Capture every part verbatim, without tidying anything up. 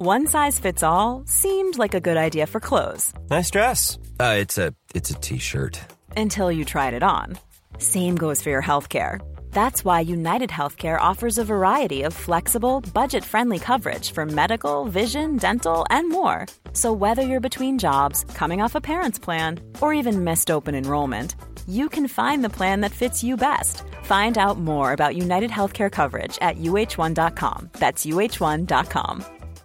One size fits all seemed like a good idea for clothes. Nice dress. Uh, it's a it's a t-shirt. Until you tried it on. Same goes for your healthcare. That's why United Healthcare offers a variety of flexible, budget-friendly coverage for medical, vision, dental, and more. So whether you're between jobs, coming off a parent's plan, or even missed open enrollment, you can find the plan that fits you best. Find out more about United Healthcare coverage at U H one dot com. That's U H one dot com.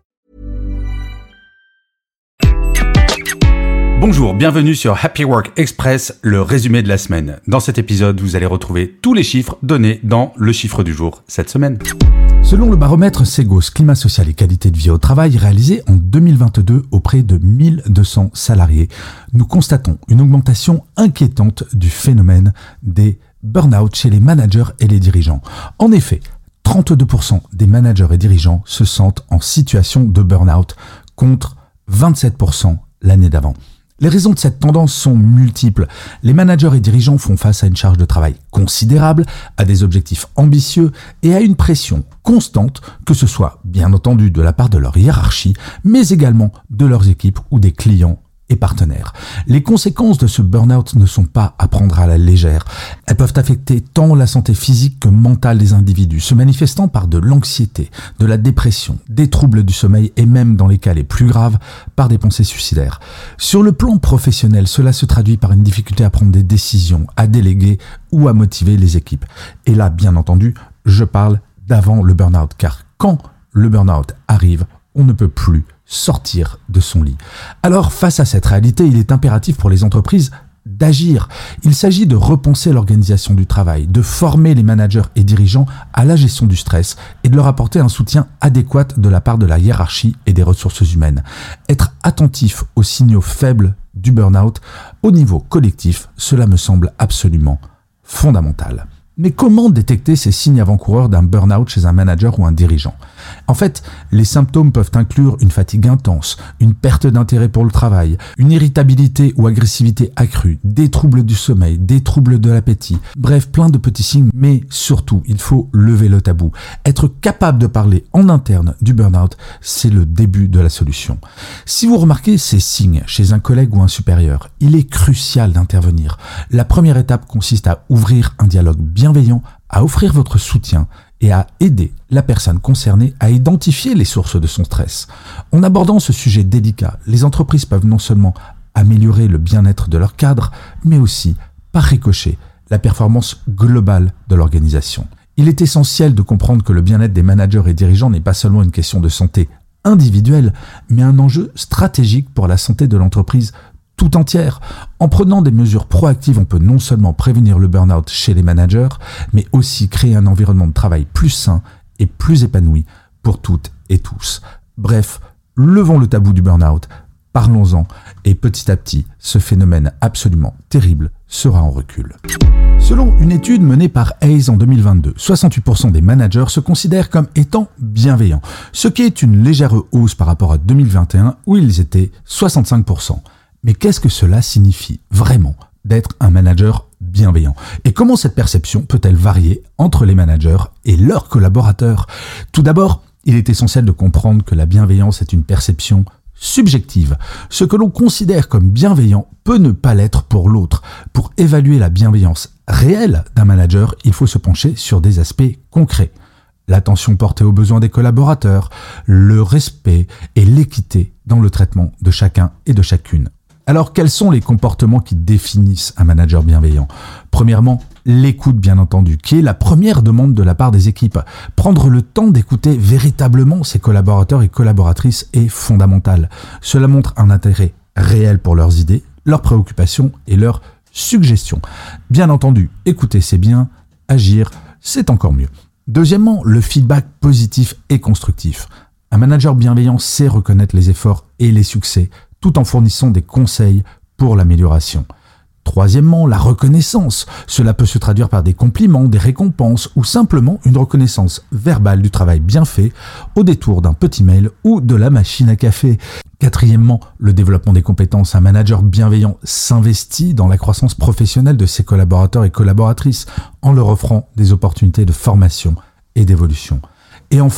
Bonjour, bienvenue sur Happy Work Express, le résumé de la semaine. Dans cet épisode, vous allez retrouver tous les chiffres donnés dans le chiffre du jour cette semaine. Selon le baromètre Segos Climat Social et Qualité de Vie au Travail réalisé en deux mille vingt-deux auprès de mille deux cents salariés, nous constatons une augmentation inquiétante du phénomène des burn-out chez les managers et les dirigeants. En effet, trente-deux pour cent des managers et dirigeants se sentent en situation de burn-out contre vingt-sept pour cent l'année d'avant. Les raisons de cette tendance sont multiples. Les managers et dirigeants font face à une charge de travail considérable, à des objectifs ambitieux et à une pression constante, que ce soit bien entendu de la part de leur hiérarchie, mais également de leurs équipes ou des clients et partenaires. Les conséquences de ce burn-out ne sont pas à prendre à la légère. Elles peuvent affecter tant la santé physique que mentale des individus, se manifestant par de l'anxiété, de la dépression, des troubles du sommeil et même, dans les cas les plus graves, par des pensées suicidaires. Sur le plan professionnel, cela se traduit par une difficulté à prendre des décisions, à déléguer ou à motiver les équipes. Et là, bien entendu, je parle d'avant le burn-out, car quand le burn-out arrive, on ne peut plus sortir de son lit. Alors, face à cette réalité, il est impératif pour les entreprises d'agir. Il s'agit de repenser l'organisation du travail, de former les managers et dirigeants à la gestion du stress et de leur apporter un soutien adéquat de la part de la hiérarchie et des ressources humaines. Être attentif aux signaux faibles du burn-out au niveau collectif, cela me semble absolument fondamental. Mais comment détecter ces signes avant-coureurs d'un burn-out chez un manager ou un dirigeant ? En fait, les symptômes peuvent inclure une fatigue intense, une perte d'intérêt pour le travail, une irritabilité ou agressivité accrue, des troubles du sommeil, des troubles de l'appétit, bref, plein de petits signes, mais surtout, il faut lever le tabou. Être capable de parler en interne du burn-out, c'est le début de la solution. Si vous remarquez ces signes chez un collègue ou un supérieur, il est crucial d'intervenir. La première étape consiste à ouvrir un dialogue bien bienveillant, à offrir votre soutien et à aider la personne concernée à identifier les sources de son stress. En abordant ce sujet délicat, les entreprises peuvent non seulement améliorer le bien-être de leur cadre, mais aussi, par ricochet, la performance globale de l'organisation. Il est essentiel de comprendre que le bien-être des managers et dirigeants n'est pas seulement une question de santé individuelle, mais un enjeu stratégique pour la santé de l'entreprise tout entière. En prenant des mesures proactives, on peut non seulement prévenir le burn-out chez les managers, mais aussi créer un environnement de travail plus sain et plus épanoui pour toutes et tous. Bref, levons le tabou du burn-out, parlons-en, et petit à petit, ce phénomène absolument terrible sera en recul. Selon une étude menée par Hays en deux mille vingt-deux, soixante-huit pour cent des managers se considèrent comme étant bienveillants, ce qui est une légère hausse par rapport à deux mille vingt et un où ils étaient soixante-cinq pour cent. Mais qu'est-ce que cela signifie vraiment d'être un manager bienveillant ? Et comment cette perception peut-elle varier entre les managers et leurs collaborateurs ? Tout d'abord, il est essentiel de comprendre que la bienveillance est une perception subjective. Ce que l'on considère comme bienveillant peut ne pas l'être pour l'autre. Pour évaluer la bienveillance réelle d'un manager, il faut se pencher sur des aspects concrets. L'attention portée aux besoins des collaborateurs, le respect et l'équité dans le traitement de chacun et de chacune. Alors, quels sont les comportements qui définissent un manager bienveillant ? Premièrement, l'écoute, bien entendu, qui est la première demande de la part des équipes. Prendre le temps d'écouter véritablement ses collaborateurs et collaboratrices est fondamental. Cela montre un intérêt réel pour leurs idées, leurs préoccupations et leurs suggestions. Bien entendu, écouter c'est bien, agir c'est encore mieux. Deuxièmement, le feedback positif et constructif. Un manager bienveillant sait reconnaître les efforts et les succès, tout en fournissant des conseils pour l'amélioration. Troisièmement, la reconnaissance. Cela peut se traduire par des compliments, des récompenses ou simplement une reconnaissance verbale du travail bien fait au détour d'un petit mail ou de la machine à café. Quatrièmement, le développement des compétences. Un manager bienveillant s'investit dans la croissance professionnelle de ses collaborateurs et collaboratrices en leur offrant des opportunités de formation et d'évolution. Et enfin,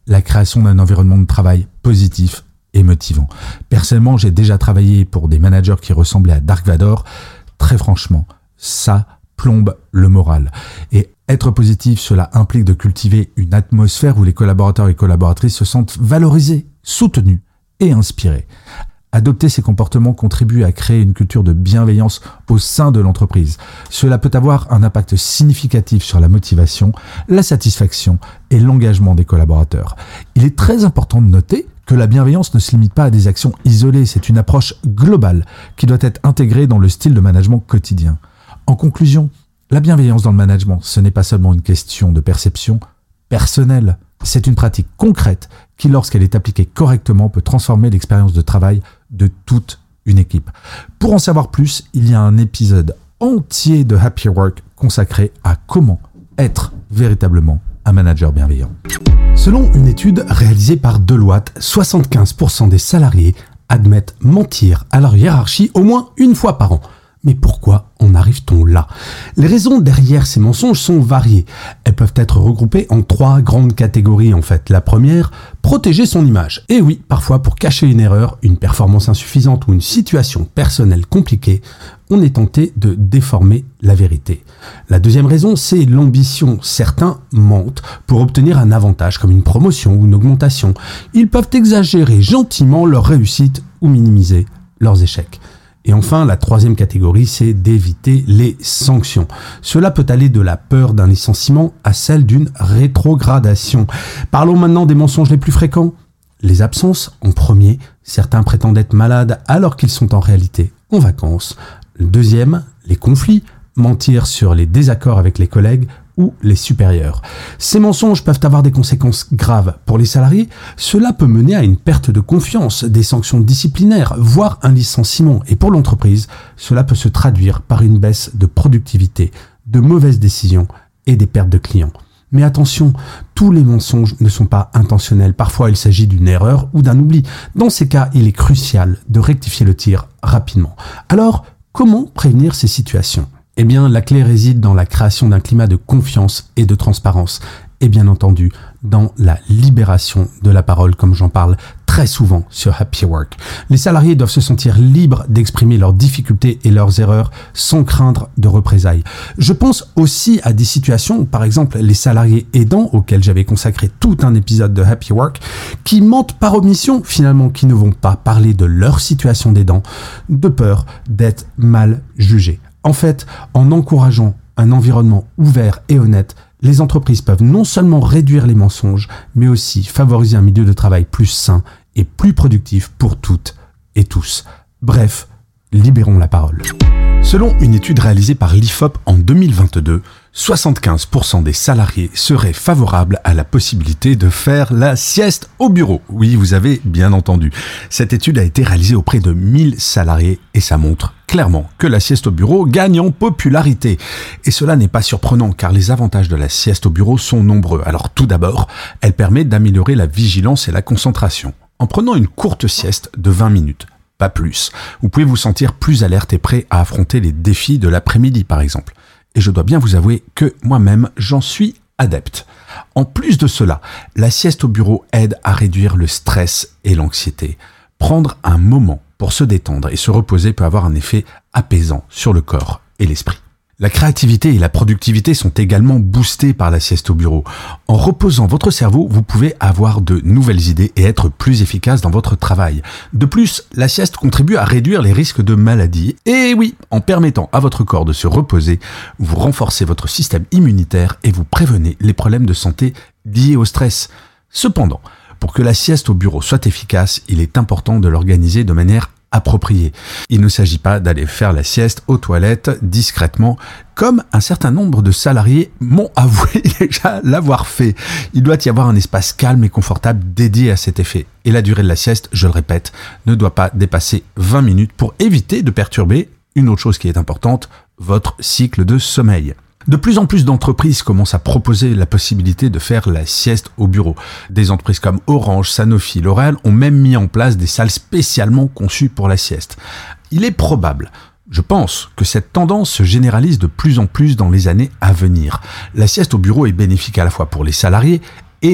la création d'un environnement de travail positif et motivant. Personnellement, j'ai déjà travaillé pour des managers qui ressemblaient à Dark Vador. Très franchement, ça plombe le moral. Et être positif, cela implique de cultiver une atmosphère où les collaborateurs et collaboratrices se sentent valorisés, soutenus et inspirés. Adopter ces comportements contribue à créer une culture de bienveillance au sein de l'entreprise. Cela peut avoir un impact significatif sur la motivation, la satisfaction et l'engagement des collaborateurs. Il est très important de noter que la bienveillance ne se limite pas à des actions isolées, c'est une approche globale qui doit être intégrée dans le style de management quotidien. En conclusion, la bienveillance dans le management, ce n'est pas seulement une question de perception personnelle, c'est une pratique concrète qui, lorsqu'elle est appliquée correctement, peut transformer l'expérience de travail de toute une équipe. Pour en savoir plus, il y a un épisode entier de Happy Work consacré à comment être véritablement un manager bienveillant. Selon une étude réalisée par Deloitte, soixante-quinze pour cent des salariés admettent mentir à leur hiérarchie au moins une fois par an. Mais pourquoi en arrive-t-on là ? Les raisons derrière ces mensonges sont variées. Elles peuvent être regroupées en trois grandes catégories en fait. La première, protéger son image. Et oui, parfois pour cacher une erreur, une performance insuffisante ou une situation personnelle compliquée, on est tenté de déformer la vérité. La deuxième raison, c'est l'ambition. Certains mentent pour obtenir un avantage comme une promotion ou une augmentation. Ils peuvent exagérer gentiment leur réussite ou minimiser leurs échecs. Et enfin, la troisième catégorie, c'est d'éviter les sanctions. Cela peut aller de la peur d'un licenciement à celle d'une rétrogradation. Parlons maintenant des mensonges les plus fréquents. Les absences, en premier. Certains prétendent être malades alors qu'ils sont en réalité en vacances. Le deuxième, les conflits. Mentir sur les désaccords avec les collègues ou les supérieurs. Ces mensonges peuvent avoir des conséquences graves pour les salariés. Cela peut mener à une perte de confiance, des sanctions disciplinaires, voire un licenciement. Et pour l'entreprise, cela peut se traduire par une baisse de productivité, de mauvaises décisions et des pertes de clients. Mais attention, tous les mensonges ne sont pas intentionnels. Parfois, il s'agit d'une erreur ou d'un oubli. Dans ces cas, il est crucial de rectifier le tir rapidement. Alors, comment prévenir ces situations ? Eh bien, la clé réside dans la création d'un climat de confiance et de transparence. Et bien entendu, dans la libération de la parole, comme j'en parle très souvent sur Happy Work. Les salariés doivent se sentir libres d'exprimer leurs difficultés et leurs erreurs sans craindre de représailles. Je pense aussi à des situations où, par exemple, les salariés aidants, auxquels j'avais consacré tout un épisode de Happy Work, qui mentent par omission, finalement, qui ne vont pas parler de leur situation d'aidant, de peur d'être mal jugés. En fait, en encourageant un environnement ouvert et honnête, les entreprises peuvent non seulement réduire les mensonges, mais aussi favoriser un milieu de travail plus sain et plus productif pour toutes et tous. Bref, libérons la parole. Selon une étude réalisée par l'I F O P en deux mille vingt-deux, soixante-quinze pour cent des salariés seraient favorables à la possibilité de faire la sieste au bureau. Oui, vous avez bien entendu. Cette étude a été réalisée auprès de mille salariés et ça montre clairement que la sieste au bureau gagne en popularité. Et cela n'est pas surprenant car les avantages de la sieste au bureau sont nombreux. Alors tout d'abord, elle permet d'améliorer la vigilance et la concentration. En prenant une courte sieste de vingt minutes, pas plus, vous pouvez vous sentir plus alerte et prêt à affronter les défis de l'après-midi par exemple. Et je dois bien vous avouer que moi-même, j'en suis adepte. En plus de cela, la sieste au bureau aide à réduire le stress et l'anxiété. Prendre un moment pour se détendre et se reposer peut avoir un effet apaisant sur le corps et l'esprit. La créativité et la productivité sont également boostées par la sieste au bureau. En reposant votre cerveau, vous pouvez avoir de nouvelles idées et être plus efficace dans votre travail. De plus, la sieste contribue à réduire les risques de maladie. Et oui, en permettant à votre corps de se reposer, vous renforcez votre système immunitaire et vous prévenez les problèmes de santé liés au stress. Cependant, pour que la sieste au bureau soit efficace, il est important de l'organiser de manière approprié. Il ne s'agit pas d'aller faire la sieste aux toilettes discrètement, comme un certain nombre de salariés m'ont avoué déjà l'avoir fait. Il doit y avoir un espace calme et confortable dédié à cet effet. Et la durée de la sieste, je le répète, ne doit pas dépasser vingt minutes pour éviter de perturber, une autre chose qui est importante, votre cycle de sommeil. De plus en plus d'entreprises commencent à proposer la possibilité de faire la sieste au bureau. Des entreprises comme Orange, Sanofi, L'Oréal ont même mis en place des salles spécialement conçues pour la sieste. Il est probable, je pense, que cette tendance se généralise de plus en plus dans les années à venir. La sieste au bureau est bénéfique à la fois pour les salariés et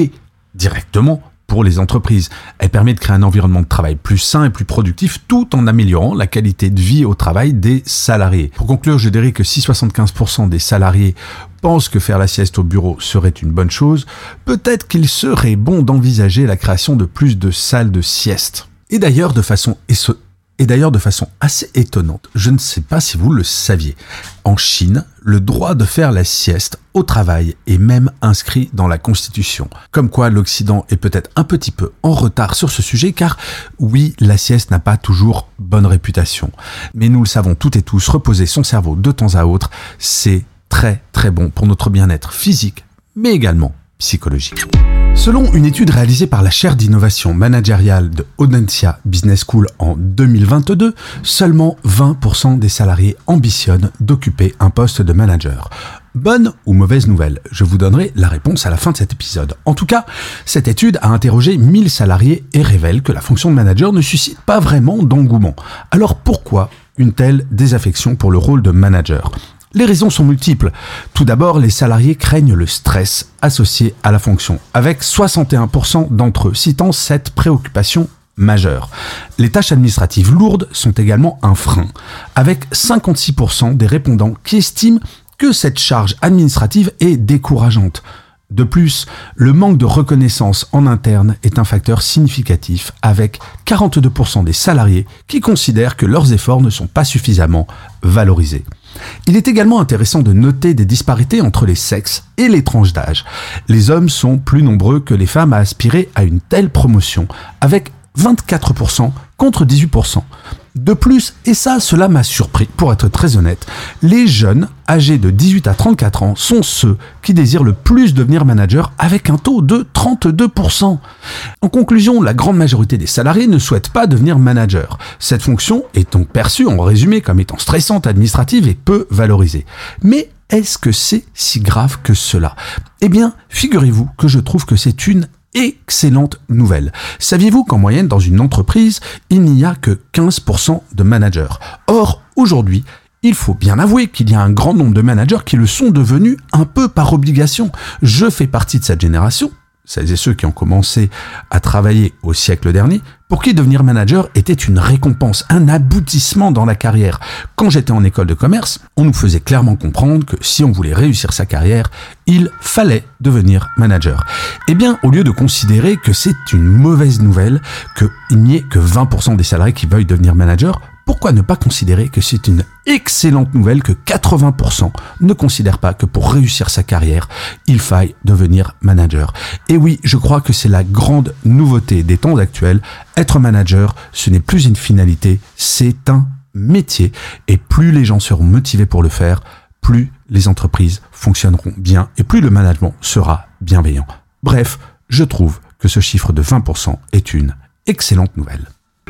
directement pour les entreprises. Elle permet de créer un environnement de travail plus sain et plus productif tout en améliorant la qualité de vie au travail des salariés. Pour conclure, je dirais que si soixante-quinze pour cent des salariés pensent que faire la sieste au bureau serait une bonne chose, peut-être qu'il serait bon d'envisager la création de plus de salles de sieste. Et d'ailleurs, de façon eso- Et d'ailleurs, de façon assez étonnante, je ne sais pas si vous le saviez, en Chine, le droit de faire la sieste au travail est même inscrit dans la Constitution. Comme quoi, l'Occident est peut-être un petit peu en retard sur ce sujet, car oui, la sieste n'a pas toujours bonne réputation. Mais nous le savons toutes et tous, reposer son cerveau de temps à autre, c'est très très bon pour notre bien-être physique, mais également psychologique. Selon une étude réalisée par la chaire d'innovation managériale de Audencia Business School en deux mille vingt-deux, seulement vingt pour cent des salariés ambitionnent d'occuper un poste de manager. Bonne ou mauvaise nouvelle? Je vous donnerai la réponse à la fin de cet épisode. En tout cas, cette étude a interrogé mille salariés et révèle que la fonction de manager ne suscite pas vraiment d'engouement. Alors pourquoi une telle désaffection pour le rôle de manager? Les raisons sont multiples. Tout d'abord, les salariés craignent le stress associé à la fonction, avec soixante et un pour cent d'entre eux citant cette préoccupation majeure. Les tâches administratives lourdes sont également un frein, avec cinquante-six pour cent des répondants qui estiment que cette charge administrative est décourageante. De plus, le manque de reconnaissance en interne est un facteur significatif, avec quarante-deux pour cent des salariés qui considèrent que leurs efforts ne sont pas suffisamment valorisés. Il est également intéressant de noter des disparités entre les sexes et les tranches d'âge. Les hommes sont plus nombreux que les femmes à aspirer à une telle promotion, avec vingt-quatre pour cent contre dix-huit pour cent. De plus, et ça, cela m'a surpris, pour être très honnête, les jeunes âgés de dix-huit à trente-quatre ans sont ceux qui désirent le plus devenir manager avec un taux de trente-deux pour cent. En conclusion, la grande majorité des salariés ne souhaitent pas devenir manager. Cette fonction est donc perçue en résumé comme étant stressante, administrative et peu valorisée. Mais est-ce que c'est si grave que cela? Eh bien, figurez-vous que je trouve que c'est une excellente nouvelle. Saviez-vous qu'en moyenne, dans une entreprise, il n'y a que quinze pour cent de managers? Or, aujourd'hui, il faut bien avouer qu'il y a un grand nombre de managers qui le sont devenus un peu par obligation. Je fais partie de cette génération, celles et ceux qui ont commencé à travailler au siècle dernier, pour qui devenir manager était une récompense, un aboutissement dans la carrière. Quand j'étais en école de commerce, on nous faisait clairement comprendre que si on voulait réussir sa carrière, il fallait devenir manager. Eh bien, au lieu de considérer que c'est une mauvaise nouvelle, qu'il n'y ait que vingt pour cent des salariés qui veuillent devenir manager, pourquoi ne pas considérer que c'est une excellente nouvelle que quatre-vingts pour cent ne considèrent pas que pour réussir sa carrière, il faille devenir manager. Et oui, je crois que c'est la grande nouveauté des temps actuels. Être manager, ce n'est plus une finalité, c'est un métier. Et plus les gens seront motivés pour le faire, plus les entreprises fonctionneront bien et plus le management sera bienveillant. Bref, je trouve que ce chiffre de vingt pour cent est une excellente nouvelle.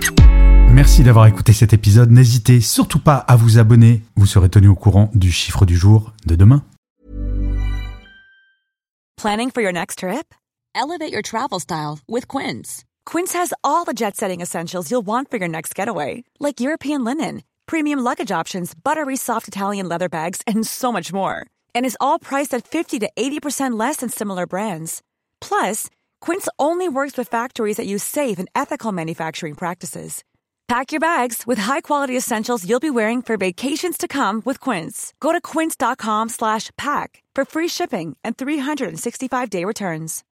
Merci d'avoir écouté cet épisode. N'hésitez surtout pas à vous abonner. Vous serez tenu au courant du chiffre du jour de demain. Planning for your next trip? Elevate your travel style with Quince. Quince has all the jet-setting essentials you'll want for your next getaway, like European linen, premium luggage options, buttery soft Italian leather bags, and so much more. And is all priced at fifty to eighty percent less than similar brands. Plus, Quince only works with factories that use safe and ethical manufacturing practices. Pack your bags with high-quality essentials you'll be wearing for vacations to come with Quince. Go to quince.com slash pack for free shipping and three sixty-five day returns.